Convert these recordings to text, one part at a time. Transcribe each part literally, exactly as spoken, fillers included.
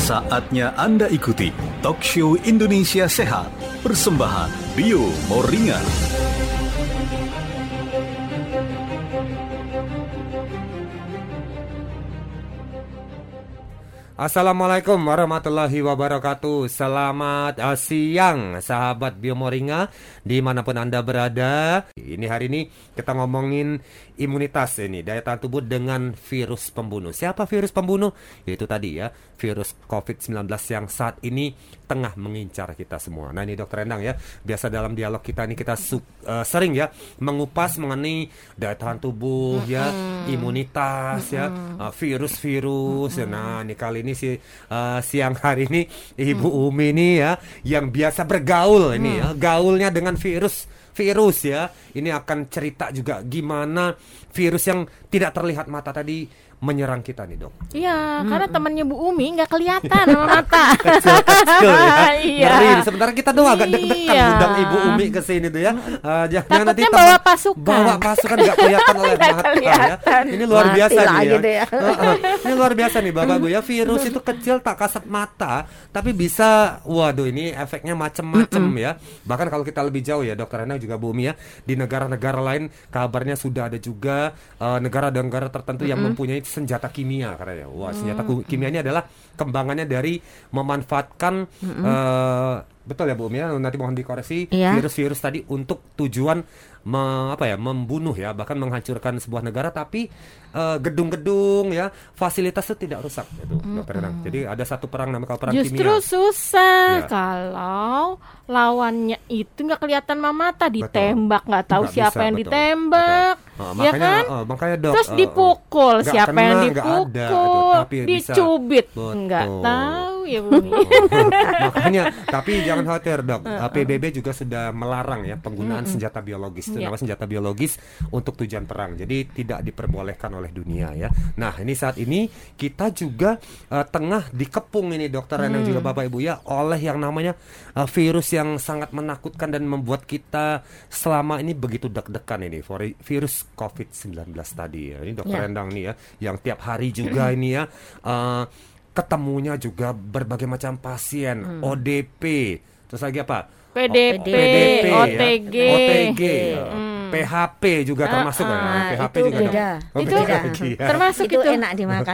Saatnya Anda ikuti Talk Show Indonesia Sehat, persembahan Bio Moringa. Assalamualaikum warahmatullahi wabarakatuh. Selamat uh, siang sahabat Biomoringa dimanapun Anda berada. Ini hari ini kita ngomongin imunitas ini, daya tahan tubuh dengan virus pembunuh. Siapa virus pembunuh? Yaitu tadi ya, virus covid sembilan belas yang saat ini tengah mengincar kita semua. Nah ini Dokter Endang ya, biasa dalam dialog kita ini kita su- uh, sering ya mengupas mengenai daya tahan tubuh mm-hmm. ya, imunitas mm-hmm. ya, uh, virus-virus. Mm-hmm. Nah ini kali ini si uh, siang hari ini Ibu mm-hmm. Umi ini ya, yang biasa bergaul ini mm-hmm. ya, gaulnya dengan virus. Virus ya, ini akan cerita juga gimana virus yang tidak terlihat mata tadi menyerang kita nih dok. Iya, hmm. karena temannya Bu Umi nggak kelihatan sama mata. Kecil-kecil ya. Iya. Ngeri. Sementara kita doang agak deg-degan iya. undang Ibu Umi ke sini tuh ya. Uh, jangan nanti takutnya bawa pasukan. Bawa pasukan nggak kelihatan oleh mata ya. Ini luar Mati biasa nih ya. ya. uh, uh. Ini luar biasa nih Bapak Bu ya. Virus itu kecil tak kasat mata, tapi bisa, waduh ini efeknya macem-macem ya. Bahkan kalau kita lebih jauh ya Dokter Endang juga Bu Umi ya, di negara-negara lain kabarnya sudah ada juga uh, negara-negara tertentu yang mempunyai senjata kimia katanya. Wah, senjata hmm. kimia ini adalah kembangannya dari memanfaatkan hmm. uh, betul ya Bu Umi ya, nanti mohon dikoreksi yeah. virus-virus tadi untuk tujuan me, apa ya, membunuh ya, bahkan menghancurkan sebuah negara, tapi uh, gedung-gedung ya, fasilitas itu tidak rusak itu hmm. Dokter Endang. Jadi ada satu perang namanya perang Justru kimia. Justru susah ya. Kalau lawannya itu nggak kelihatan mata, ditembak nggak tahu nggak siapa bisa, yang betul, ditembak. Betul. Oh, ya makanya, kan? oh, makanya dok, terus uh, dipukul, uh, siapa kena, yang dipukul, ada, aduh, tapi dicubit, bisa. nggak tahu ya Bu. Makanya, tapi jangan khawatir dok, uh, P B B juga sudah melarang ya penggunaan uh, senjata biologis, itu yeah. nama senjata biologis untuk tujuan perang, jadi tidak diperbolehkan oleh dunia ya. Nah ini saat ini kita juga uh, tengah dikepung ini Dokter Endang hmm. juga Bapak Ibu ya, oleh yang namanya uh, virus yang sangat menakutkan dan membuat kita selama ini begitu deg-degan ini, virus covid sembilan belas tadi ya. Ini Dokter yeah. Endang nih ya, yang tiap hari juga ini ya uh, ketemunya juga berbagai macam pasien, hmm. O D P, terus lagi apa? P D P, P D P O T G, ya. O T G, hmm. P H P juga termasuk uh, uh, ya. P H P itu juga beda. Oh, itu beda. Ya. Termasuk itu, itu enak dimakan.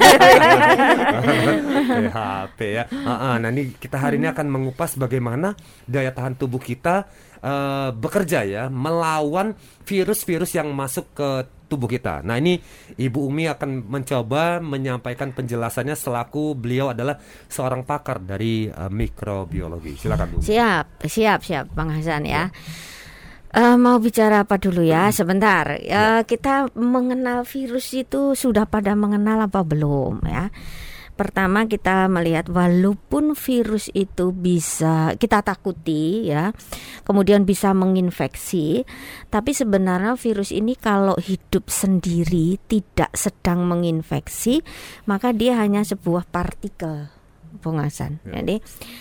P H P ya. Uh, uh, nah ini kita hari ini akan mengupas bagaimana daya tahan tubuh kita uh, bekerja ya melawan virus-virus yang masuk ke tubuh kita. Nah ini Ibu Umi akan mencoba menyampaikan penjelasannya selaku beliau adalah seorang pakar dari uh, mikrobiologi. Silakan Bu. Siap, siap, siap Bang Hasan ya. Uh, mau bicara apa dulu ya? Sebentar. Uh, ya. Kita mengenal virus itu sudah pada mengenal apa belum ya? Pertama kita melihat walaupun virus itu bisa kita takuti ya, kemudian bisa menginfeksi, tapi sebenarnya virus ini kalau hidup sendiri tidak sedang menginfeksi, maka dia hanya sebuah partikel, Bung Hasan. Ya. Jadi,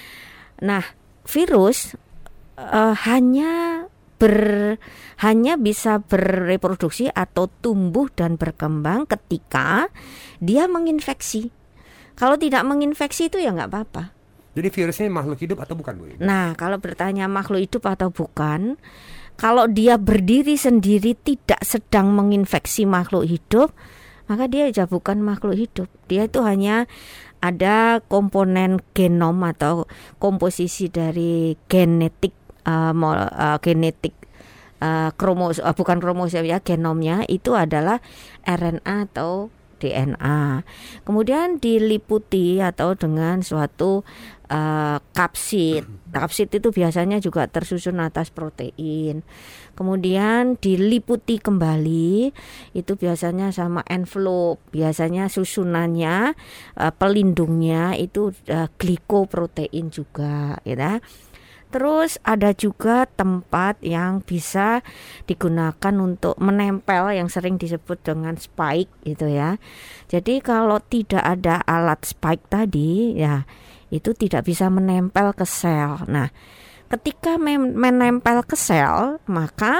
nah virus uh, hanya ber hanya bisa bereproduksi atau tumbuh dan berkembang ketika dia menginfeksi. Kalau tidak menginfeksi itu ya nggak apa-apa. Jadi virus ini makhluk hidup atau bukan Bu? Nah kalau bertanya makhluk hidup atau bukan, kalau dia berdiri sendiri tidak sedang menginfeksi makhluk hidup, maka dia ya bukan makhluk hidup. Dia itu hanya ada komponen genom atau komposisi dari genetik uh, mol, uh, genetik uh, kromos uh, bukan kromosom ya, genomnya itu adalah R N A atau D N A. Kemudian diliputi atau dengan suatu uh, kapsid. Kapsid itu biasanya juga tersusun atas protein. Kemudian diliputi kembali, itu biasanya sama envelope. Biasanya susunannya uh, pelindungnya itu uh, glikoprotein juga, ya. Terus ada juga tempat yang bisa digunakan untuk menempel yang sering disebut dengan spike gitu ya. Jadi kalau tidak ada alat spike tadi ya itu tidak bisa menempel ke sel. Nah, ketika mem- menempel ke sel maka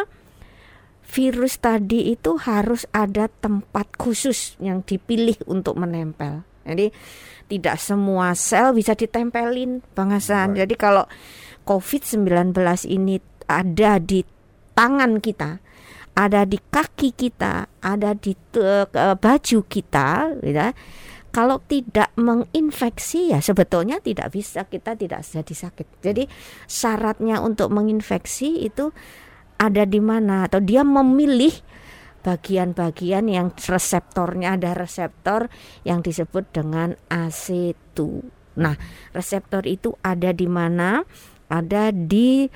virus tadi itu harus ada tempat khusus yang dipilih untuk menempel. Jadi tidak semua sel bisa ditempelin, Bang Hasan. Jadi kalau covid sembilan belas ini ada di tangan kita, ada di kaki kita, ada di te- baju kita, gitu. Kalau tidak menginfeksi ya sebetulnya tidak bisa, kita tidak jadi sakit. Jadi syaratnya untuk menginfeksi itu ada di mana, atau dia memilih bagian-bagian yang reseptornya, ada reseptor yang disebut dengan A C dua. Nah, reseptor itu ada di mana? Ada di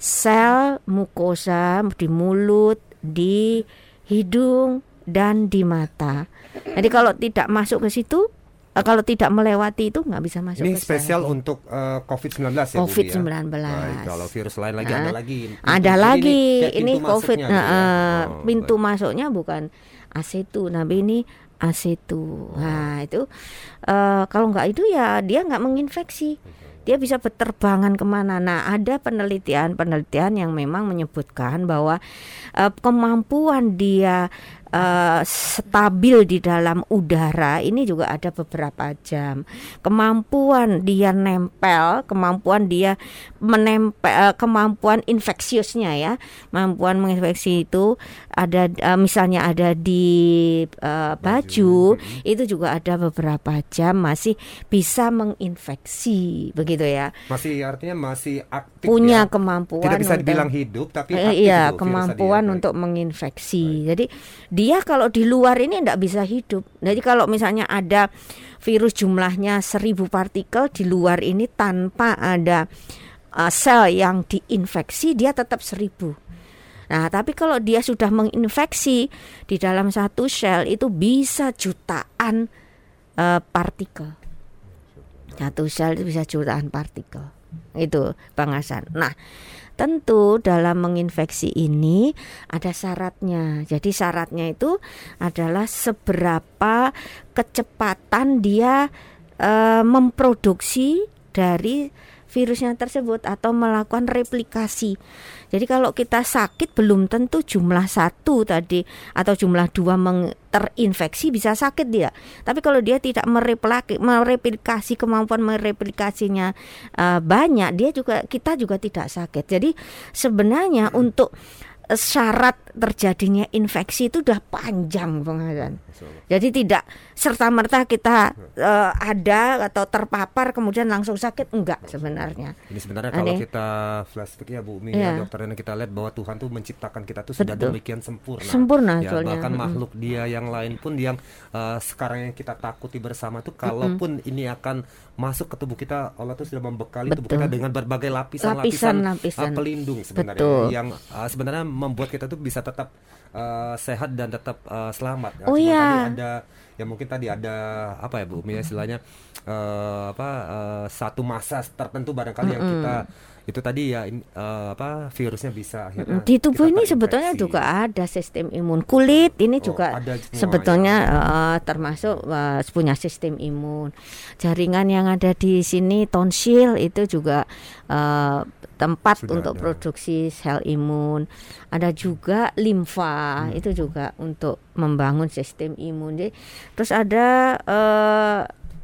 sel mukosa, di mulut, di hidung, dan di mata. Jadi kalau tidak masuk ke situ, kalau tidak melewati itu nggak bisa masuk. Ini ke spesial sel. Untuk uh, covid sembilan belas ya, covid Bu, ya? sembilan belas. Baik, kalau virus lain lagi nah, ada lagi. Pintu, ada lagi. Ini, ini COVID. Nah, ya? uh, oh, pintu baik. masuknya bukan A C dua, tapi ini A C dua. Nah itu uh, kalau nggak itu ya dia nggak menginfeksi. Dia bisa berterbangan kemana. Nah ada penelitian-penelitian yang memang menyebutkan bahwa uh, kemampuan dia Uh, stabil di dalam udara ini juga ada beberapa jam. Kemampuan dia nempel, kemampuan dia menempel, uh, kemampuan infeksiusnya ya, kemampuan menginfeksi itu ada, uh, misalnya ada di uh, baju, baju, itu juga ada beberapa jam masih bisa menginfeksi, begitu ya. Masih artinya masih aktif. Punya ya? kemampuan. Tidak bisa untuk, dibilang hidup, tapi uh, aktif. Iya, itu, kemampuan untuk menginfeksi. Baik. Jadi dia kalau di luar ini tidak bisa hidup. Jadi kalau misalnya ada virus jumlahnya seribu partikel di luar ini tanpa ada uh, sel yang diinfeksi, dia tetap seribu. Nah tapi kalau dia sudah menginfeksi, di dalam satu sel itu bisa jutaan uh, partikel. Satu sel itu bisa jutaan partikel. Itu Bang Hasan. Nah tentu dalam menginfeksi ini ada syaratnya. Jadi syaratnya itu adalah seberapa kecepatan dia e, memproduksi dari virusnya tersebut atau melakukan replikasi. Jadi kalau kita sakit belum tentu jumlah satu tadi atau jumlah dua meng- terinfeksi bisa sakit dia. Tapi kalau dia tidak mereplikasi, mereplikasi kemampuan mereplikasinya uh, banyak, dia juga kita juga tidak sakit. Jadi sebenarnya hmm. untuk syarat terjadinya infeksi itu udah panjang, Bang Hasan. Jadi tidak serta-merta kita uh, ada atau terpapar kemudian langsung sakit, enggak sebenarnya. Ini sebenarnya Ane. Kalau kita flashback ya Bu Umi, ya. ya dokter, yang kita lihat bahwa Tuhan tuh menciptakan kita tuh sudah Betul. demikian sempurna. Sempurna ya, soalnya. Bahkan hmm. makhluk dia yang lain pun yang uh, sekarang yang kita takuti bersama tuh, kalaupun hmm. ini akan masuk ke tubuh kita, Allah tuh sudah membekali Betul. tubuh kita dengan berbagai lapisan-lapisan lapisan, uh, pelindung sebenarnya. Betul. Yang uh, sebenarnya membuat kita tuh bisa tetap uh, sehat dan tetap uh, selamat. Oh iya. Tadi ada ya mungkin tadi ada apa ya Bu Umi, istilahnya uh, apa uh, satu masa tertentu barangkali mm-hmm. yang kita itu tadi ya uh, apa virusnya bisa akhirnya di tubuh ini sebetulnya juga ada sistem imun. Kulit ini oh, juga semua, sebetulnya ya. uh, termasuk uh, punya sistem imun. Jaringan yang ada di sini tonsil itu juga uh, tempat Sudah untuk ada. produksi sel imun. Ada juga limfa, hmm. itu juga untuk membangun sistem imun. Jadi, terus ada uh,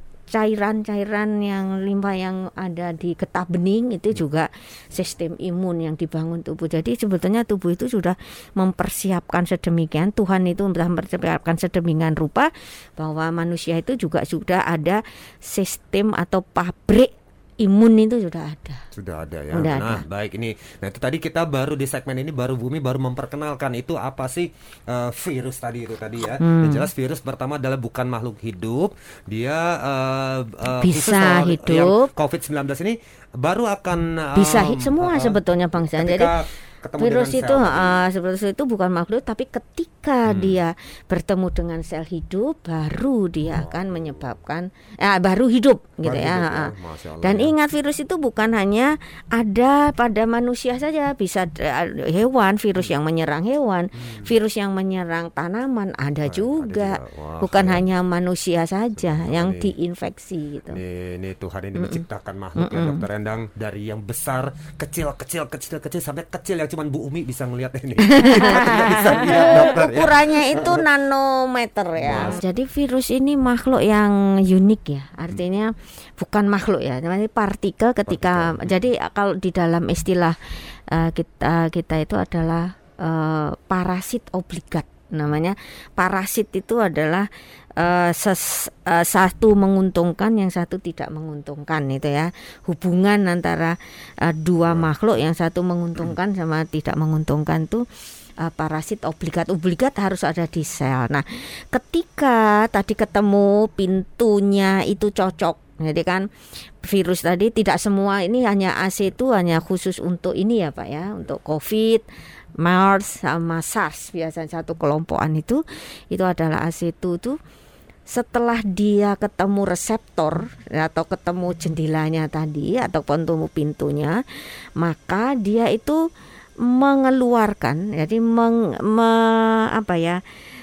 cairan-cairan yang limfa yang ada di getah bening, itu juga sistem imun yang dibangun tubuh. Jadi sebetulnya tubuh itu sudah mempersiapkan sedemikian, Tuhan itu sudah mempersiapkan sedemikian rupa bahwa manusia itu juga sudah ada sistem atau pabrik imun itu sudah ada. Sudah ada ya. Sudah nah, ada. baik ini. Nah, itu tadi kita baru di segmen ini baru Bumi baru memperkenalkan itu apa sih uh, virus tadi itu tadi ya. Hmm. Yang jelas virus pertama adalah bukan makhluk hidup. Dia uh, uh, bisa hidup. covid sembilan belas ini baru akan um, bisa hit semua uh, sebetulnya Bang San. Jadi virus itu uh, virus itu bukan makhluk, tapi ketika hmm. dia bertemu dengan sel hidup baru dia oh. akan menyebabkan eh, baru hidup baru gitu ya. Hidup, ya. Dan ya. ingat virus itu bukan hanya ada pada manusia saja, bisa uh, hewan, virus hmm. yang menyerang hewan, hmm. virus yang menyerang tanaman ada nah, juga. Ada juga. Wah, bukan ya. hanya manusia saja Sebenarnya yang ini, diinfeksi gitu. Ini, ini Tuhan ini Mm-mm. menciptakan makhluk Mm-mm. ya Dokter Endang, dari yang besar, kecil, kecil, kecil, kecil sampai kecil yang cuma Bu Umi bisa ngelihat ini. Tidak bisa lihat dokter ya. Ukurannya itu nanometer ya. Mas. Jadi virus ini makhluk yang unik ya. Artinya bukan makhluk ya, namanya partikel ketika Partikel. jadi kalau di dalam istilah uh, kita kita itu adalah uh, parasit obligat. Namanya parasit itu adalah uh, ses, uh, satu menguntungkan, yang satu tidak menguntungkan itu ya. Hubungan antara uh, dua makhluk, yang satu menguntungkan sama tidak menguntungkan tuh uh, parasit obligat. Obligat harus ada di sel. Nah, ketika tadi ketemu pintunya itu cocok. Jadi kan virus tadi tidak semua ini hanya A C itu hanya khusus untuk ini ya Pak ya, untuk COVID, MERS sama SARS biasanya satu kelompokan itu itu adalah A C dua tuh setelah dia ketemu reseptor atau ketemu jendelanya tadi atau ketemu pintunya, maka dia itu mengeluarkan, jadi meng, me, apa ya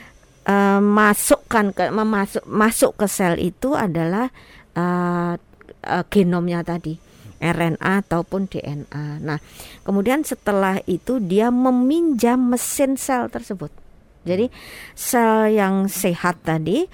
uh, masukkan ke memasuk masuk ke sel itu adalah uh, uh, genomnya tadi, R N A ataupun D N A. Nah, kemudian setelah itu dia meminjam mesin sel tersebut. Jadi sel yang sehat tadi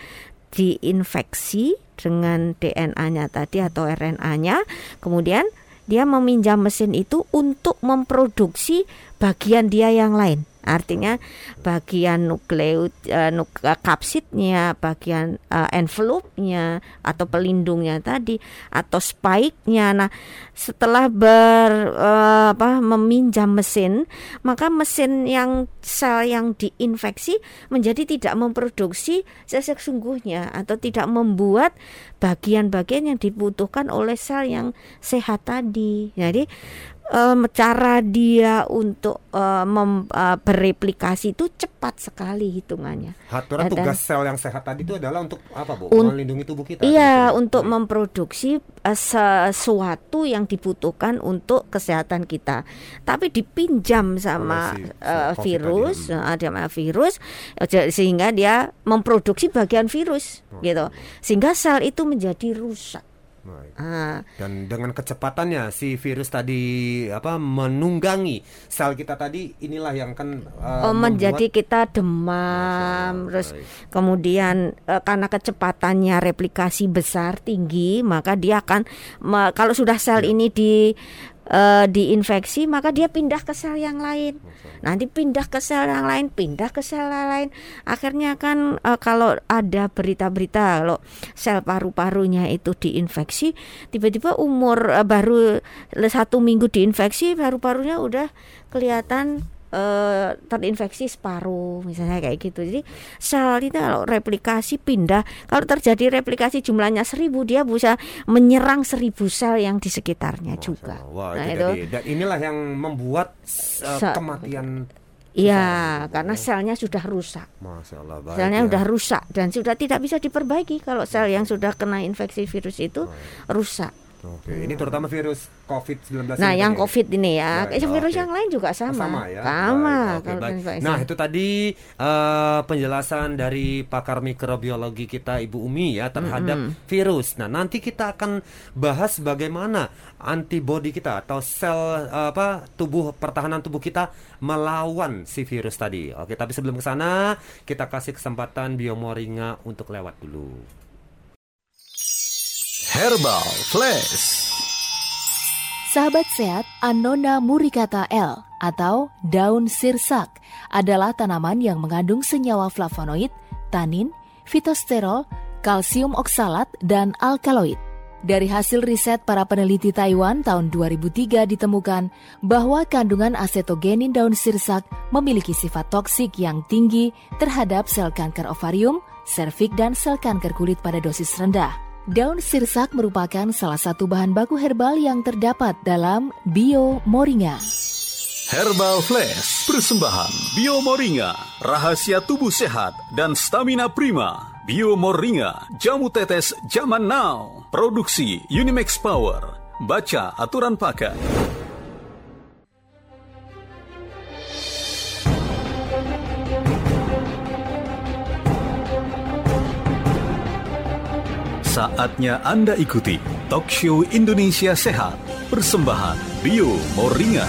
diinfeksi dengan D N A-nya tadi atau R N A-nya, kemudian dia meminjam mesin itu untuk memproduksi bagian dia yang lain. Artinya bagian nukleus, uh, nuk, uh, kapsidnya, bagian uh, envelope-nya atau pelindungnya tadi, atau spike-nya. Nah, setelah ber uh, apa meminjam mesin, maka mesin yang sel yang diinfeksi menjadi tidak memproduksi sel sesungguhnya atau tidak membuat bagian-bagian yang dibutuhkan oleh sel yang sehat tadi. Jadi Um, cara dia untuk uh, mem, uh, bereplikasi itu cepat sekali hitungannya. Haturan Dan- tugas sel yang sehat tadi itu adalah untuk apa, Bu? Un- Melindungi tubuh kita. Iya, Gitu. untuk Baik. memproduksi uh, sesuatu yang dibutuhkan untuk kesehatan kita. Tapi dipinjam sama Oleh si- si uh, COVID virus, tadi. uh, ada sama virus, uh, j- sehingga dia memproduksi bagian virus, Oh. gitu. Sehingga sel itu menjadi rusak. Baik. Ah, Dan dengan kecepatannya si virus tadi apa menunggangi sel kita tadi, inilah yang kan uh, oh, menjadi membuat- kita Masya demam, Allah, terus baik. kemudian eh, karena kecepatannya replikasi besar tinggi, maka dia akan me- kalau sudah sel Ya. ini di eh, diinfeksi, maka dia pindah ke sel yang lain. Nanti pindah ke sel yang lain, pindah ke sel yang lain. Akhirnya kan eh, kalau ada berita-berita kalau sel paru-parunya itu diinfeksi, tiba-tiba umur eh, baru satu minggu diinfeksi, paru-parunya udah kelihatan eh, terinfeksi separuh, misalnya kayak gitu. Jadi sel itu kalau replikasi pindah, kalau terjadi replikasi jumlahnya seribu, dia bisa menyerang seribu sel yang di sekitarnya Masya juga. Allah. Wah, Nah, itu itu tadi. Dan inilah yang membuat uh, Se- kematian. iya, Susah. karena selnya sudah rusak. Masya Allah, baik Selnya ya. sudah rusak dan sudah tidak bisa diperbaiki kalau sel yang sudah kena infeksi virus itu rusak. Oke, ini terutama virus covid sembilan belas. Nah, ini yang tadi. COVID ini ya, Baik, eh, virus oke. yang lain juga sama. Sama ya. Sama, Baik, oke, kalau baik. infeksi. Nah, itu tadi eh, penjelasan dari pakar mikrobiologi kita Ibu Umi ya terhadap virus. Nah, nanti kita akan bahas bagaimana antibodi kita atau sel eh, apa tubuh pertahanan tubuh kita melawan si virus tadi. Oke, tapi sebelum ke sana kita kasih kesempatan Biomoringa untuk lewat dulu. Herbal Flash. Sahabat sehat, Annona muricata L atau daun sirsak adalah tanaman yang mengandung senyawa flavonoid, tanin, fitosterol, kalsium oksalat, dan alkaloid. Dari hasil riset para peneliti Taiwan tahun dua ribu tiga ditemukan bahwa kandungan asetogenin daun sirsak memiliki sifat toksik yang tinggi terhadap sel kanker ovarium, serviks, dan sel kanker kulit pada dosis rendah. Daun sirsak merupakan salah satu bahan baku herbal yang terdapat dalam Biomoringa. Herbal Flash, persembahan Biomoringa, rahasia tubuh sehat dan stamina prima. Biomoringa, jamu tetes zaman now. Produksi Unimax Power. Baca aturan pakai. Saatnya Anda ikuti Talk Show Indonesia Sehat Persembahan Bio Moringa.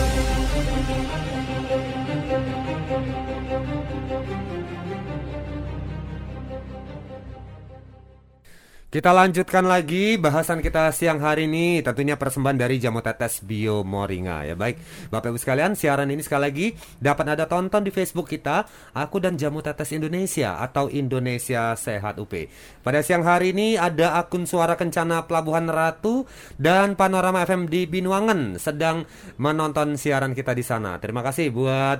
Kita lanjutkan lagi bahasan kita siang hari ini, tentunya persembahan dari Jamu Tetes Bio Moringa ya. Baik, Bapak Ibu sekalian, siaran ini sekali lagi dapat Anda tonton di Facebook kita, Aku dan Jamu Tetes Indonesia atau Indonesia Sehat U P. Pada siang hari ini ada akun Suara Kencana Pelabuhan Ratu dan Panorama F M di Binuangan sedang menonton siaran kita di sana. Terima kasih buat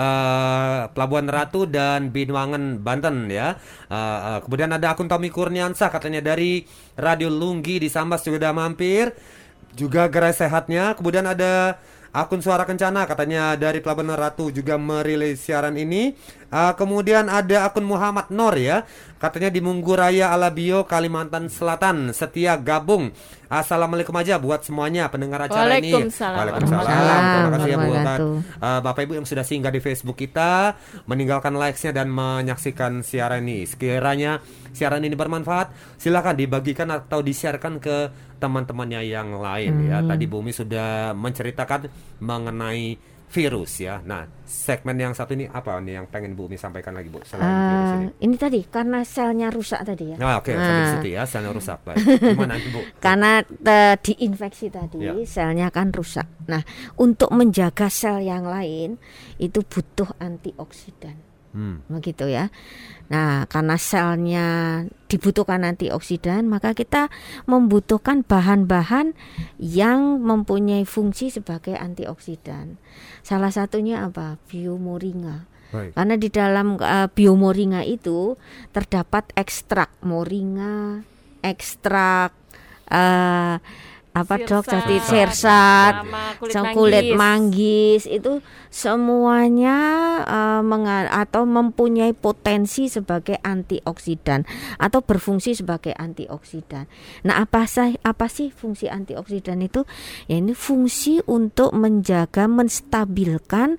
uh, Pelabuhan Ratu dan Binuangan Banten ya. Uh, uh, kemudian ada akun Tommy Kurniansah, katanya dari Radio Lunggi di Sambas juga udah mampir. Juga Gerai Sehatnya. Kemudian ada akun Suara Kencana, katanya dari Pelabuhan Ratu juga merilis siaran ini. uh, Kemudian ada akun Muhammad Nur ya, katanya di Munggu Raya Alabio, Kalimantan Selatan, setia gabung. Assalamualaikum aja buat semuanya pendengar acara ini. Waalaikumsalam. Waalaikumsalam. Terima kasih ya buat uh, Bapak Ibu yang sudah singgah di Facebook kita, meninggalkan likes-nya dan menyaksikan siaran ini. Sekiranya siaran ini bermanfaat, silakan dibagikan atau disiarkan ke teman-temannya yang lain ya. Tadi Bu Umi sudah menceritakan mengenai virus ya. Nah, segmen yang satu ini apa nih yang pengen Bu Umi sampaikan lagi, Bu? Selain uh, virus ini. Ini tadi karena selnya rusak tadi ya. Ah, oke, okay. Nah. Sampai situ ya, selnya rusak. Baik. Gimana Bu? Karena uh, diinfeksi tadi, ya. Selnya kan rusak. Nah, untuk menjaga sel yang lain itu butuh antioksidan. Hmm. Begitu ya. Nah, karena selnya dibutuhkan antioksidan, maka kita membutuhkan bahan-bahan yang mempunyai fungsi sebagai antioksidan. Salah satunya apa? Biomoringa. Baik. Karena di dalam uh, biomoringa itu terdapat ekstrak moringa, ekstrak uh, apa Sirsat, dok jadi sirsat, kulit, kulit manggis. manggis itu semuanya uh, menga- atau mempunyai potensi sebagai antioksidan atau berfungsi sebagai antioksidan. Nah, apa sih apa sih fungsi antioksidan itu? Ya, ini fungsi untuk menjaga, menstabilkan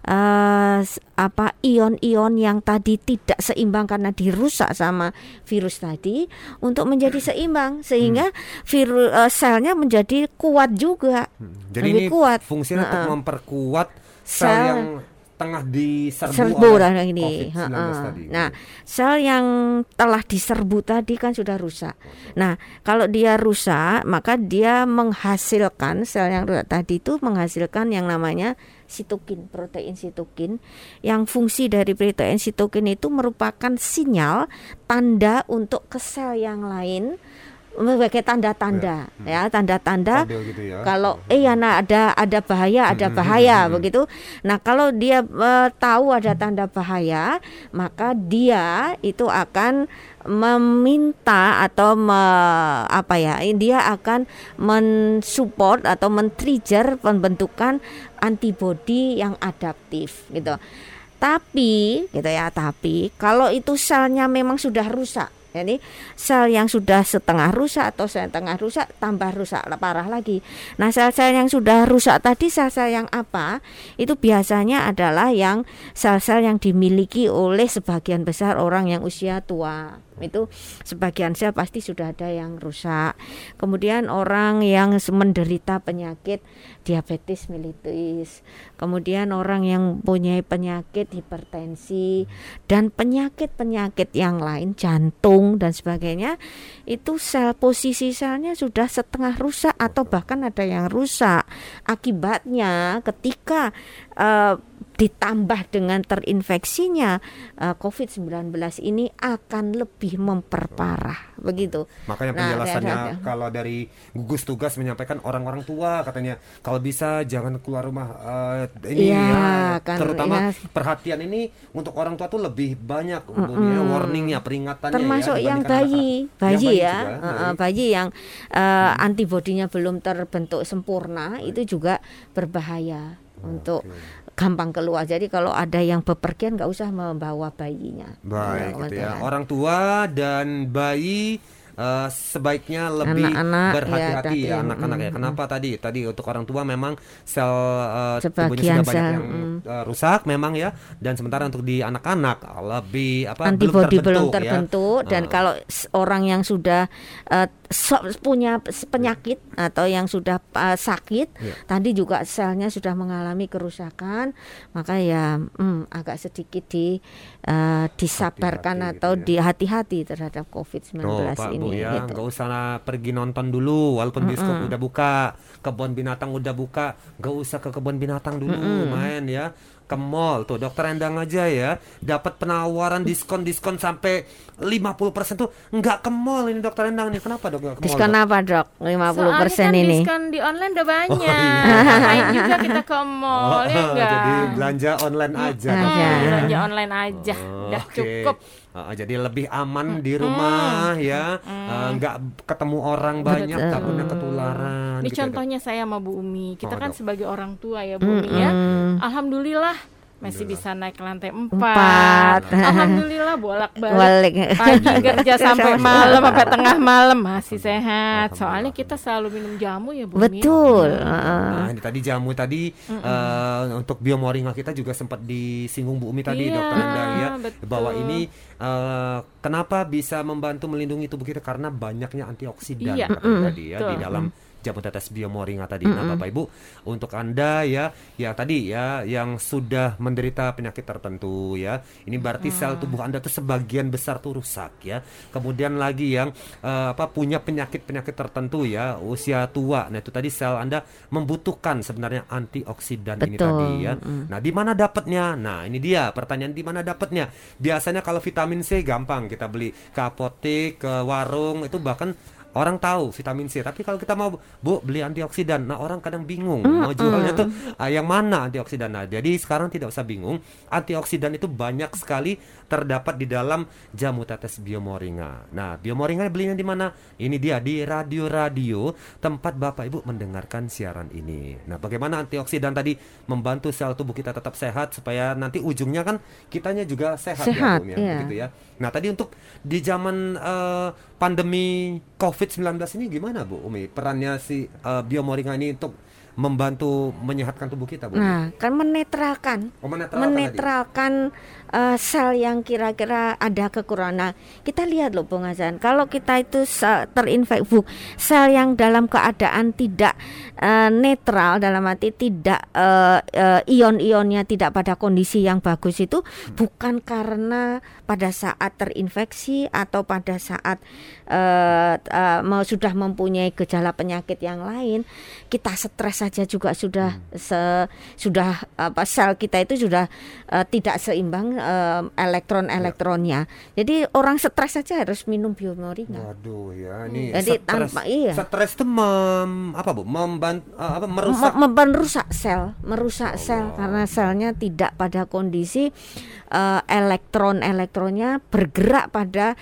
uh, apa ion-ion yang tadi tidak seimbang karena dirusak sama virus tadi untuk menjadi seimbang sehingga virus uh, selnya menjadi kuat juga. Hmm. Jadi lebih ini kuat. Fungsinya nah, untuk memperkuat sel, sel yang tengah diserbu serbu oleh ini. covid sembilan belas tadi. Nah, sel yang telah diserbu tadi kan sudah rusak. Nah, kalau dia rusak, maka dia menghasilkan sel yang rusak tadi itu menghasilkan yang namanya sitokin, protein sitokin. Yang fungsi dari protein sitokin itu merupakan sinyal tanda untuk ke sel yang lain, sebagai tanda-tanda ya, tanda-tanda gitu ya. Kalau eh ya nah ada ada bahaya, ada bahaya hmm, begitu. Nah, kalau dia uh, tahu ada tanda bahaya, maka dia itu akan meminta atau me, apa ya? Dia akan mensupport atau men-trigger pembentukan antibodi yang adaptif gitu. Tapi gitu ya, tapi kalau itu selnya memang sudah rusak, jadi sel yang sudah setengah rusak atau setengah rusak tambah rusak parah lagi. Nah, sel-sel yang sudah rusak tadi, sel-sel yang apa? Itu biasanya adalah yang sel-sel yang dimiliki oleh sebagian besar orang yang usia tua. Itu sebagian sel pasti sudah ada yang rusak. Kemudian orang yang menderita penyakit diabetes mellitus, kemudian orang yang punya penyakit hipertensi dan penyakit-penyakit yang lain, jantung dan sebagainya, itu sel posisi selnya sudah setengah rusak atau bahkan ada yang rusak. Akibatnya ketika uh, ditambah dengan terinfeksinya uh, covid sembilan belas ini akan lebih memperparah begitu. Makanya penjelasannya nah, kalau dari gugus tugas menyampaikan orang-orang tua katanya kalau bisa jangan keluar rumah uh, ini ya, ya kan, terutama ya. Perhatian ini untuk orang tua tuh lebih banyak umumnya, mm-hmm. warningnya, peringatannya termasuk ya, yang bayi, bayi ya, juga, uh, uh, bayi yang uh, hmm. antibodinya belum terbentuk sempurna. Baik. Itu juga berbahaya oh, untuk okay. gampang keluar. Jadi kalau ada yang bepergian nggak usah membawa bayinya. Baik, ya, gitu ya. Orang tua dan bayi uh, sebaiknya lebih anak-anak, berhati-hati ya, ya anak-anak mm, ya. Kenapa mm. tadi? Tadi untuk orang tua memang sel uh, tubuhnya sudah banyak sel, yang mm. uh, rusak memang ya. Dan sementara untuk di anak-anak lebih apa? Antibodi belum terbentuk, belum terbentuk ya. Dan uh. kalau orang yang sudah uh, so, punya penyakit atau yang sudah uh, sakit, ya. Tadi juga selnya sudah mengalami kerusakan, maka ya hmm, agak sedikit di uh, disabarkan hati-hati atau gitu ya. dihati-hati terhadap covid sembilan belas oh, Pak, ini. Bu, ya, gitu. nggak usah pergi nonton dulu, walaupun bioskop Mm-mm. udah buka, kebun binatang udah buka, nggak usah ke kebun binatang dulu, Mm-mm. main ya. Ke mall tuh Dokter Endang aja ya dapat penawaran diskon-diskon sampai lima puluh persen tuh nggak ke mall ini Dokter Endang nih. Kenapa Dok nggak ke mall? Diskon Dok? apa Dok? lima puluh persen Soalnya kan ini. diskon di online udah banyak. Oh, iya. Ngapain juga kita ke mall ya enggak? Jadi belanja online aja. Hmm, Dok. aja. Belanja online aja. Udah Oke. cukup. Uh, jadi lebih aman di rumah ya, uh, nggak ketemu orang banyak, Betul. takutnya ketularan. Ini gitu ya, Dok. contohnya saya sama Bu Umi. Kita Oh, kan Dok. sebagai orang tua ya Bu Umi ya. Alhamdulillah masih bisa naik ke lantai empat. Empat. Alhamdulillah bolak-balik. Balik. Pagi kerja sampai malam, sampai tengah malam masih sehat. Soalnya kita selalu minum jamu ya Bu Umi. Betul. Nah, ini tadi jamu tadi uh, untuk biomoringa kita juga sempat disinggung Bu Umi tadi Iya, Dokter Endang ya, betul. bahwa ini uh, kenapa bisa membantu melindungi tubuh kita karena banyaknya antioksidan Iya, katanya tadi ya di betul. dalam jamu tetes biomoringa tadi. Nah, Bapak Ibu, untuk Anda ya yang tadi ya yang sudah menderita penyakit tertentu ya, ini berarti sel tubuh Anda tuh sebagian besar tuh rusak ya. Kemudian lagi yang uh, apa punya penyakit-penyakit tertentu ya, usia tua. Nah, itu tadi sel Anda membutuhkan sebenarnya antioksidan ini Betul. tadi ya. Nah, di mana dapatnya? Nah, ini dia pertanyaan, di mana dapatnya? Biasanya kalau vitamin C gampang kita beli ke apotek, ke warung, itu bahkan orang tahu vitamin C, tapi kalau kita mau Bu beli antioksidan, nah orang kadang bingung Mm, mau jualnya tuh ah, yang mana antioksidan. Nah, jadi sekarang tidak usah bingung, antioksidan itu banyak sekali terdapat di dalam jamu tetes biomoringa. Nah, biomoringa belinya di mana? Ini dia di radio-radio tempat Bapak Ibu mendengarkan siaran ini. Nah, bagaimana antioksidan tadi membantu sel tubuh kita tetap sehat supaya nanti ujungnya kan kitanya juga sehat, Sehat, ya, Bu, ya, iya. begitu ya. Nah, tadi untuk di zaman eh, pandemi covid sembilan belas ini gimana Bu Umi perannya si uh, biomoringa ini untuk membantu menyehatkan tubuh kita Bu? Nah, kan menetralkan, Oh, menetralkan menetralkan uh, sel yang kira-kira ada kekurangan. Nah, kita lihat loh Bung Hasan, kalau kita itu sel terinfeksi, sel yang dalam keadaan tidak uh, netral, dalam arti tidak uh, uh, ion-ionnya tidak pada kondisi yang bagus itu bukan karena pada saat terinfeksi atau pada saat uh, uh, mau sudah mempunyai gejala penyakit yang lain, kita stres saja juga sudah hmm. se, sudah apa sel kita itu sudah uh, tidak seimbang uh, elektron-elektronnya. Ya. Jadi orang stres saja harus minum biomoringa. Waduh ya, ini Jadi stres, tanpa iya. stres itu mem, apa Bu? Membantu uh, apa merusak Me- merusak sel, merusak sel karena selnya tidak pada kondisi uh, elektron-elektronnya bergerak pada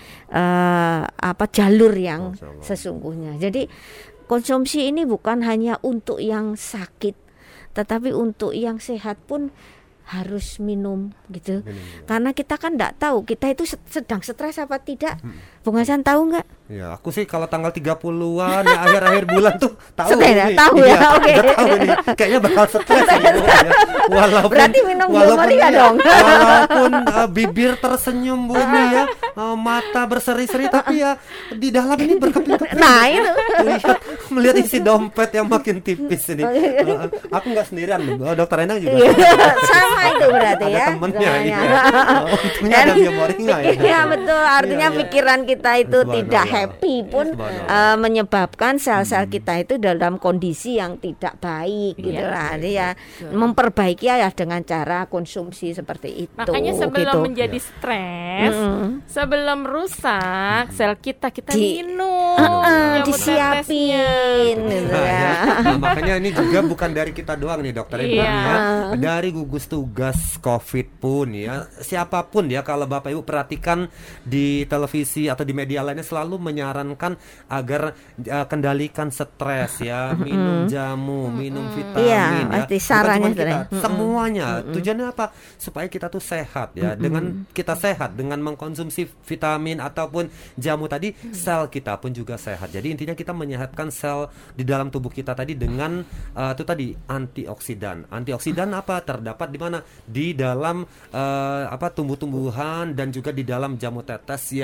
uh, apa jalur yang sesungguhnya. Jadi konsumsi ini bukan hanya untuk yang sakit, tetapi untuk yang sehat pun harus minum gitu. Minum, ya. Karena kita kan tidak tahu kita itu sedang stres apa tidak. Bung Hasan tahu nggak? Ya, aku sih kalau tanggal tiga puluhan ya akhir-akhir bulan tuh tahu Stres ya? ini. Tahu ya? Iya, Oke. udah tahu ini. Kayaknya bakal stres ini, ya. Walaupun Berarti minum walaupun biomoringa ya, dong. Walaupun uh, bibir tersenyum Bu Umi ya, uh, mata berseri-seri tapi ya di dalam ini berkeping-keping. Nah, itu. Lihat melihat isi dompet yang makin tipis ini. Uh, aku nggak sendirian, uh, Dokter Endang juga. Sama itu berarti Ada ya. temennya ini Semuanya. ya. Oh, untungnya ada biomoringa ya. Iya betul, artinya Iya, iya. pikiran kita itu Subhanallah. tidak happy pun Subhanallah. uh, menyebabkan sel-sel kita itu dalam kondisi yang tidak baik gitu lah. Jadi ya memperbaiki ya dengan cara konsumsi seperti itu. Makanya sebelum gitu. menjadi stres, Mm-mm. sebelum rusak sel kita kita Di- minum, Uh-uh, jamu disiapin tetesnya. gitu Nah, ya. ya. Nah, makanya ini juga bukan dari kita doang nih Dokter Ibu Iya. ya. Dari gugus tugas COVID pun ya, siapapun ya, kalau Bapak Ibu perhatikan di televisi atau di media lainnya selalu menyarankan agar uh, kendalikan stres ya, minum jamu, minum vitamin Iya, ya. pasti Bukan sarannya cuma kita, sebenarnya. semuanya. Tujuannya apa? Supaya kita tuh sehat ya. Dengan kita sehat dengan mengkonsumsi vitamin ataupun jamu tadi, sel kita pun juga sehat. Jadi intinya kita menyehatkan sel di dalam tubuh kita tadi dengan uh, itu tadi antioksidan. Antioksidan apa? Terdapat di mana? Di dalam uh, apa tumbuh-tumbuhan dan juga di dalam jamu tetes yang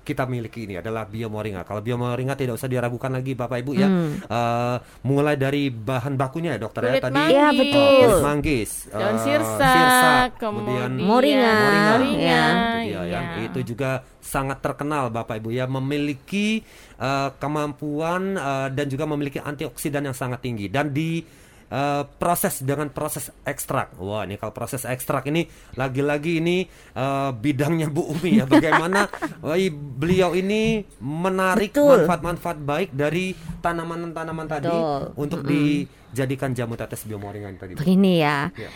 kita miliki ini adalah Bio Moringa. Kalau Bio Moringa tidak usah diragukan lagi Bapak Ibu ya. Hmm. Uh, mulai dari bahan bakunya ya dokter kulit ya tadi. manggis. Ya betul. Kulit manggis, daun uh, sirsak, sirsak, kemudian moringa, moringa, moringa, ya. ya. Yang itu juga sangat terkenal Bapak Ibu ya, memiliki uh, kemampuan uh, dan juga memiliki antioksidan yang sangat tinggi dan di Uh, proses dengan proses ekstrak. Wah, ini kalau proses ekstrak ini lagi-lagi ini uh, bidangnya Bu Umi ya. Bagaimana uh, beliau ini menarik Betul. manfaat-manfaat baik dari tanaman-tanaman tadi Betul. untuk Mm-mm. dijadikan jamu tetes Bio Moringa tadi. Bu. Begini ya, Ya.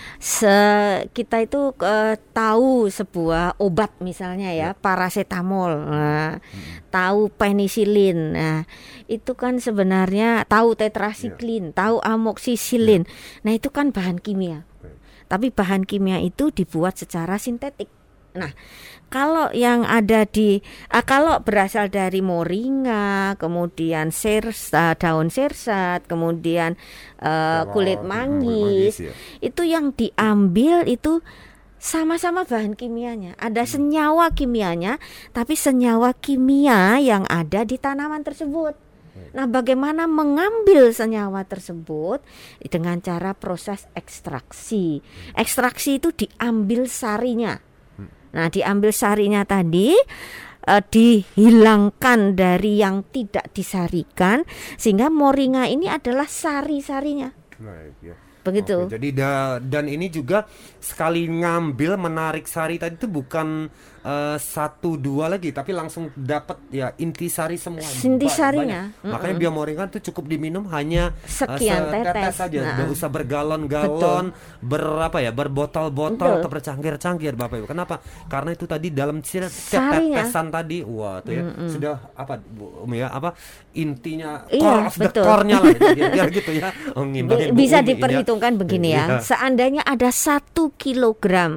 Se- kita itu uh, tahu sebuah obat misalnya ya, Ya. paracetamol, nah, tahu penisilin, nah itu kan sebenarnya tahu tetrasiklin, tahu amoksisilin, nah itu kan bahan kimia. Baik. Tapi bahan kimia itu dibuat secara sintetik. Nah, kalau yang ada di ah, kalau berasal dari moringa, kemudian sirsa, daun sirsat, kemudian uh, kulit manggis, ya. itu yang diambil itu sama-sama bahan kimianya. Ada senyawa kimianya, tapi senyawa kimia yang ada di tanaman tersebut. Nah, bagaimana mengambil senyawa tersebut dengan cara proses ekstraksi. Ekstraksi itu diambil sarinya. Nah, diambil sarinya tadi eh, dihilangkan dari yang tidak disarikan sehingga moringa ini adalah sari-sarinya. Baik, ya. Begitu. Oke, jadi da- dan ini juga sekali ngambil menarik sari tadi itu bukan uh, satu dua lagi, tapi langsung dapat ya inti sari semua. Inti Ba- sarinya. banyak. Makanya Bio Moringa itu cukup diminum hanya uh, Sekian tetes. saja, Nah. nggak usah bergalon-galon, berapa ya, berbotol-botol Betul. atau bercangkir-cangkir Bapak Ibu. Kenapa? Karena itu tadi dalam setiap Sarinya. tetesan tadi, wah tuh ya sudah apa Bu Umi ya, apa intinya Iya, core of the betul. core-nya lah biar, biar gitu ya. Oh, ngimbangin Bu Bisa Umi ini ya. diperhitungkan begini ya. Iya. Seandainya ada satu kilogram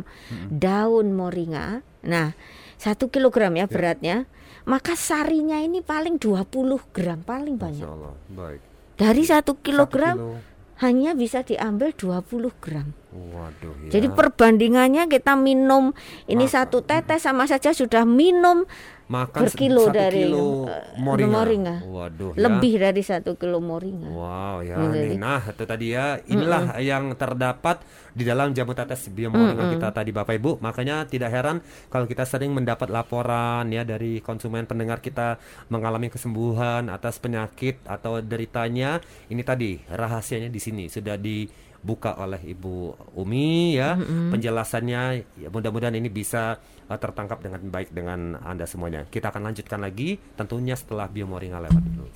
daun moringa, nah satu kilogram ya beratnya, maka sarinya ini paling dua puluh gram, paling banyak. Masya Allah, baik. Dari satu kilogram Satu kilo. hanya bisa diambil dua puluh gram. Waduh ya. Jadi perbandingannya kita minum ini Maka- satu tetes sama saja sudah minum makan berkilo satu dari kilo eh, moringa. moringa. Waduh ya. Lebih dari satu kilo moringa. Wow ya, Jadi- nih. Nah itu tadi ya, inilah yang terdapat di dalam jamu tetes Bio Moringa kita tadi Bapak Ibu. Makanya tidak heran kalau kita sering mendapat laporan ya dari konsumen pendengar kita mengalami kesembuhan atas penyakit atau deritanya. Ini tadi rahasianya di sini sudah dibuka oleh Ibu Umi ya. Penjelasannya ya, mudah-mudahan ini bisa uh, tertangkap dengan baik dengan Anda semuanya. Kita akan lanjutkan lagi tentunya setelah Bio Moringa lewat dulu.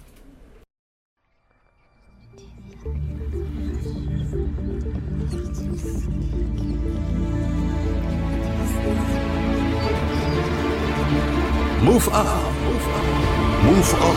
Move up, move on.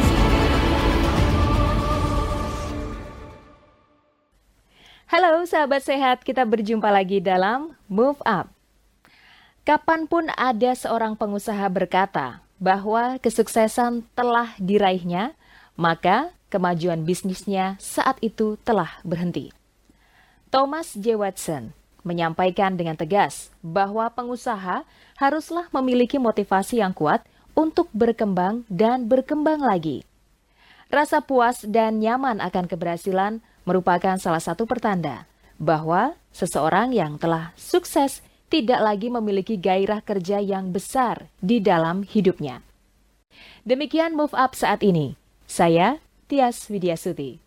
Halo sahabat sehat, kita berjumpa lagi dalam Move Up. Kapanpun ada seorang pengusaha berkata bahwa kesuksesan telah diraihnya, maka kemajuan bisnisnya saat itu telah berhenti. Thomas J. Watson menyampaikan dengan tegas bahwa pengusaha haruslah memiliki motivasi yang kuat untuk berkembang dan berkembang lagi. Rasa puas dan nyaman akan keberhasilan merupakan salah satu pertanda bahwa seseorang yang telah sukses tidak lagi memiliki gairah kerja yang besar di dalam hidupnya. Demikian Move Up saat ini. Saya Tias Widiasuti.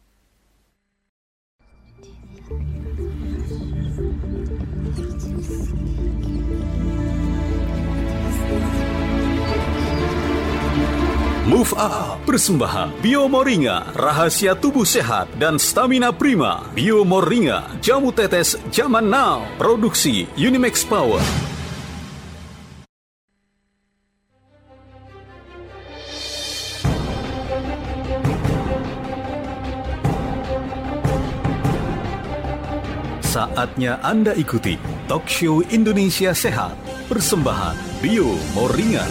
Move Up, persembahan Bio Moringa, rahasia tubuh sehat dan stamina prima. Bio Moringa, jamu tetes zaman now. Produksi Unimax Power. Saatnya Anda ikuti Talk Show Indonesia Sehat, persembahan Bio Moringa.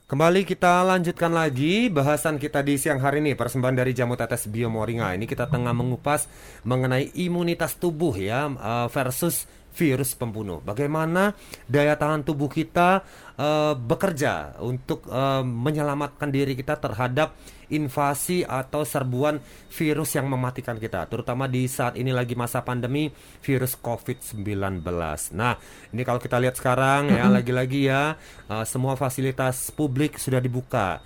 Kembali kita lanjutkan lagi bahasan kita di siang hari ini, persembahan dari Jamu Tetes Bio Moringa. Ini kita tengah mengupas mengenai imunitas tubuh ya, versus virus pembunuh. Bagaimana daya tahan tubuh kita uh, bekerja untuk uh, menyelamatkan diri kita terhadap invasi atau serbuan virus yang mematikan kita, terutama di saat ini lagi masa pandemi virus covid sembilan belas. Nah, ini kalau kita lihat sekarang ya, lagi-lagi ya, uh, semua fasilitas publik sudah dibuka.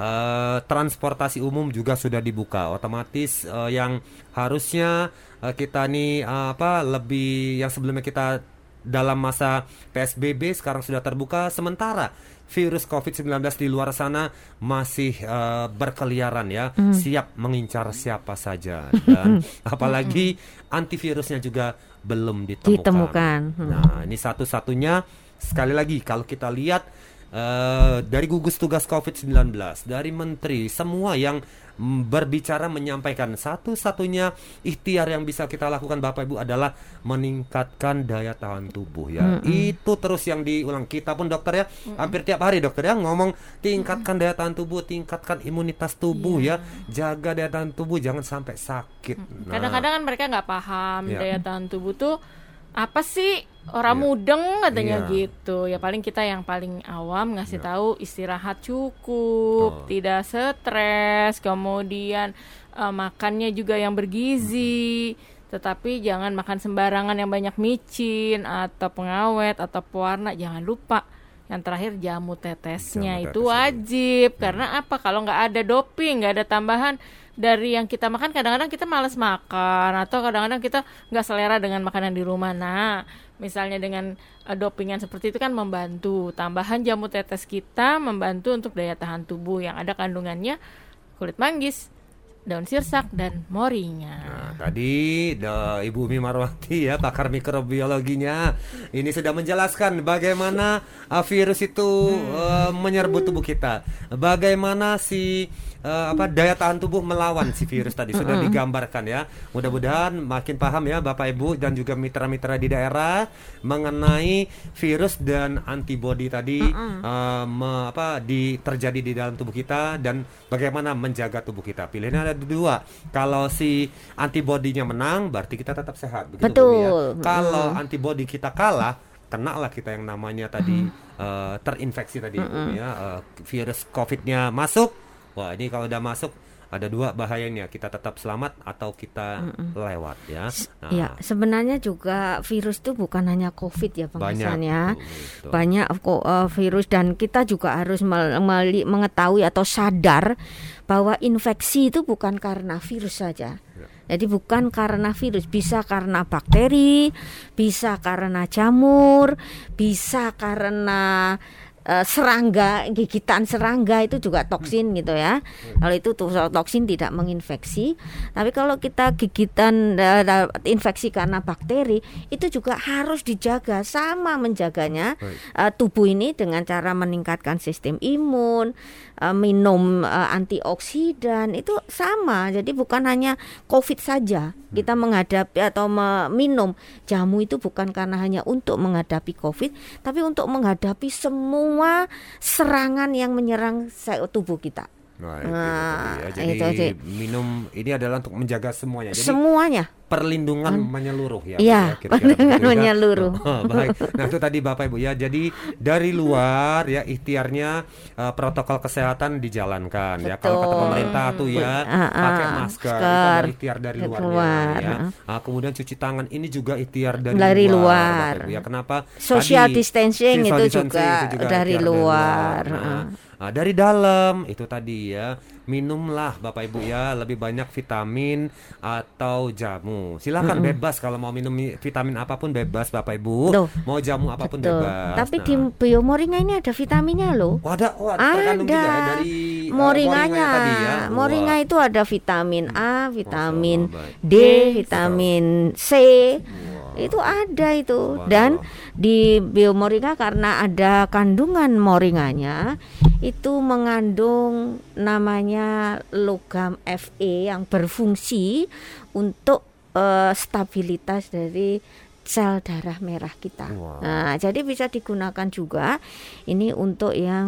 Uh, transportasi umum juga sudah dibuka. Otomatis uh, yang harusnya uh, kita nih uh, apa lebih yang sebelumnya kita dalam masa P S B B sekarang sudah terbuka, sementara virus covid sembilan belas di luar sana masih uh, berkeliaran ya, mm. siap mengincar siapa saja, dan apalagi antivirusnya juga belum ditemukan. ditemukan. Hmm. Nah, ini satu-satunya, sekali lagi kalau kita lihat Uh, dari gugus tugas covid sembilan belas, dari menteri, semua yang mm, berbicara menyampaikan satu-satunya ikhtiar yang bisa kita lakukan Bapak Ibu adalah meningkatkan daya tahan tubuh ya. Mm-hmm. Itu terus yang diulang. Kita pun dokter ya, mm-hmm. hampir tiap hari dokter ya ngomong tingkatkan daya tahan tubuh, tingkatkan imunitas tubuh yeah. ya, jaga daya tahan tubuh jangan sampai sakit. Mm-hmm. Nah, kadang-kadang kan mereka nggak paham yeah. daya tahan tubuh tuh apa sih, orang yeah. mudeng katanya yeah. gitu. Ya paling kita yang paling awam ngasih yeah. tahu istirahat cukup, oh. tidak stres, kemudian uh, makannya juga yang bergizi, mm-hmm. tetapi jangan makan sembarangan yang banyak micin atau pengawet atau pewarna. Jangan lupa yang terakhir jamu tetesnya jamu itu tetes wajib itu. Karena apa? Kalau nggak ada doping, nggak ada tambahan dari yang kita makan, kadang-kadang kita malas makan atau kadang-kadang kita nggak selera dengan makanan di rumah. Nah, misalnya dengan uh, dopingan seperti itu kan membantu. Tambahan jamu tetes kita membantu untuk daya tahan tubuh yang ada kandungannya kulit manggis, daun sirsak, dan moringa. Nah, tadi da, Ibu Umi Marwati ya, pakar mikrobiologinya, ini sudah menjelaskan bagaimana uh, virus itu hmm. uh, menyerbu tubuh kita, bagaimana si uh, apa daya tahan tubuh melawan si virus tadi sudah hmm. digambarkan ya. Mudah-mudahan makin paham ya Bapak Ibu dan juga mitra-mitra di daerah mengenai virus dan antibodi tadi hmm. uh, me, apa di terjadi di dalam tubuh kita dan bagaimana menjaga tubuh kita. Pilihannya ada dua. Kalau si antibodinya menang, berarti kita tetap sehat. Begitu, betul. Ya? Kalau mm. antibodi kita kalah, kenalah kita yang namanya tadi mm. uh, terinfeksi tadi, mm-hmm. ya uh, virus COVID-nya masuk. Wah, ini kalau udah masuk ada dua bahayanya, kita tetap selamat atau kita Mm-mm. lewat ya. Nah. Ya, sebenarnya juga virus itu bukan hanya COVID ya Bang Hasan ya. Banyak kok uh, virus, dan kita juga harus mel- mel- mengetahui atau sadar bahwa infeksi itu bukan karena virus saja. Ya. Jadi bukan karena virus, bisa karena bakteri, bisa karena jamur, bisa karena Uh, serangga, gigitan serangga itu juga toksin gitu ya. Kalau itu tuh toksin tidak menginfeksi, tapi kalau kita gigitan uh, infeksi karena bakteri, itu juga harus dijaga, sama menjaganya uh, tubuh ini dengan cara meningkatkan sistem imun, uh, minum uh, antioksidan, itu sama. Jadi bukan hanya COVID saja kita menghadapi atau minum jamu itu bukan karena hanya untuk menghadapi COVID, tapi untuk menghadapi semua serangan yang menyerang tubuh kita. Nah, itu, nah, itu, ya. Jadi itu, itu. minum ini adalah untuk menjaga semuanya. Jadi semuanya. Perlindungan hmm. menyeluruh ya. Iya, ya, perlindungan menyeluruh. Oh, baik. Nah, itu tadi Bapak Ibu ya. Jadi dari luar ya ikhtiarnya uh, protokol kesehatan dijalankan. Betul. Ya. Kalau kata pemerintah tuh ya uh, uh, pakai masker, masker itu ikhtiar dari luarnya luar. Ya. Uh, kemudian cuci tangan ini juga ikhtiar dari, dari luar. luar. Bapak Ibu ya. Kenapa? Social tadi, distancing, social itu, distancing juga itu juga dari luar. Dari luar. Nah, Nah, dari dalam itu tadi ya, minumlah Bapak Ibu ya lebih banyak vitamin atau jamu. Silakan mm-hmm. bebas kalau mau minum vitamin apapun bebas Bapak Ibu. Duh. Mau jamu apapun Betul. bebas. Tapi nah. di Bio Moringa ini ada vitaminnya loh. Oh, ada, oh, ada. Juga ya, dari moringanya. Uh, moringanya tadi ya. Moringa itu ada vitamin A, vitamin oh, D, vitamin C. Wow. Itu ada itu. Wow. Dan di Bio Moringa karena ada kandungan moringanya itu mengandung namanya logam Fe yang berfungsi untuk uh, stabilitas dari sel darah merah kita. Wow. Nah, jadi bisa digunakan juga ini untuk yang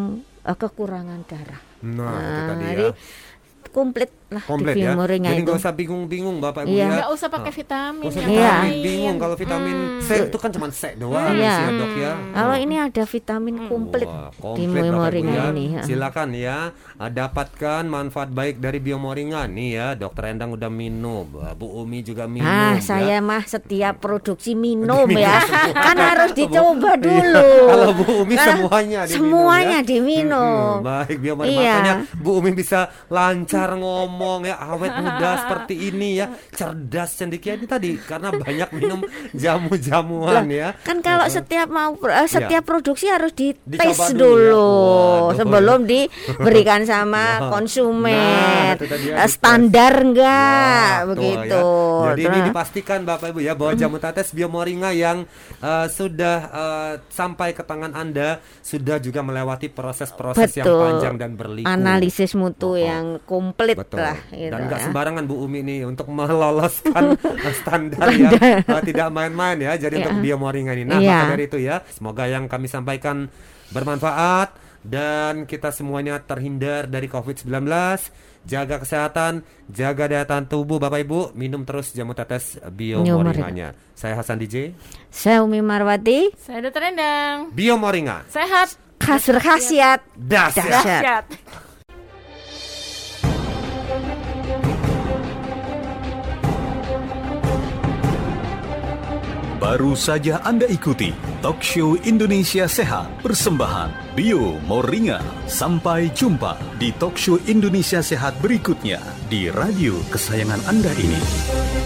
uh, kekurangan darah. Nah, Nah, itu tadi ya. jadi komplit lah Komplit di ya. Biomoringa Jadi itu. nggak usah bingung-bingung Bapak Ibu Iya. ya. Nggak usah pakai vitamin. Nggak usah yang Iya. vitamin, lain. bingung kalau vitamin C itu kan cuma C doang Iya. sih ya, Dok ya. Kalau ini ada vitamin komplit Wah, di komplit Bapak Ibu Biomoringa ya. ini. ya. Silakan ya, uh, dapatkan manfaat baik dari Biomoringa nih ya. Dokter Endang udah minum, uh, Bu Umi juga minum. Ah, ya. saya mah setiap produksi minum ya. semua. Kan harus dicoba Iya. dulu. Kalau Bu Umi Karena semuanya diminum semuanya ya. diminum. Hmm, baik, Biomoringa. Iya. Makanya Bu Umi bisa lancar ngomong ya, awet muda seperti ini ya, cerdas cendekia ini tadi karena banyak minum jamu-jamuan ya. Kan kalau Uh-uh. setiap mau uh, setiap produksi harus dites Dicoba dulu dulu, ya. Waduh, sebelum diberikan sama Wah. konsumen. Nah, itu tadi ya, Uh, dites. standar enggak Wah, tuh begitu. ya. Jadi ini Terus- dipastikan Bapak Ibu ya bahwa jamu tetes Biomoringa yang uh, sudah uh, sampai ke tangan Anda sudah juga melewati proses-proses yang Betul. panjang dan berliku. Analisis Oh, oh. mutu yang komplit Betul. lah gitu Dan nggak ya. sembarangan Bu Umi nih untuk meloloskan standar yang uh, tidak main-main ya. Jadi Ya. untuk Biomoringa ini. Nah, Iya. maka dari itu ya, semoga yang kami sampaikan bermanfaat dan kita semuanya terhindar dari covid sembilan belas. Jaga kesehatan, jaga daya tahan tubuh Bapak Ibu, minum terus jamu tetes Biomoringanya. Saya Hasan D J. Saya Umi Marwati, Saya Dokter Endang. Biomoringa. Sehat. khas berkhasiat. Dahsyat. Dahsyat. Dahsyat. Baru saja Anda ikuti Talk Show Indonesia Sehat persembahan Biomoringa. Sampai jumpa di Talk Show Indonesia Sehat berikutnya di radio kesayangan Anda ini.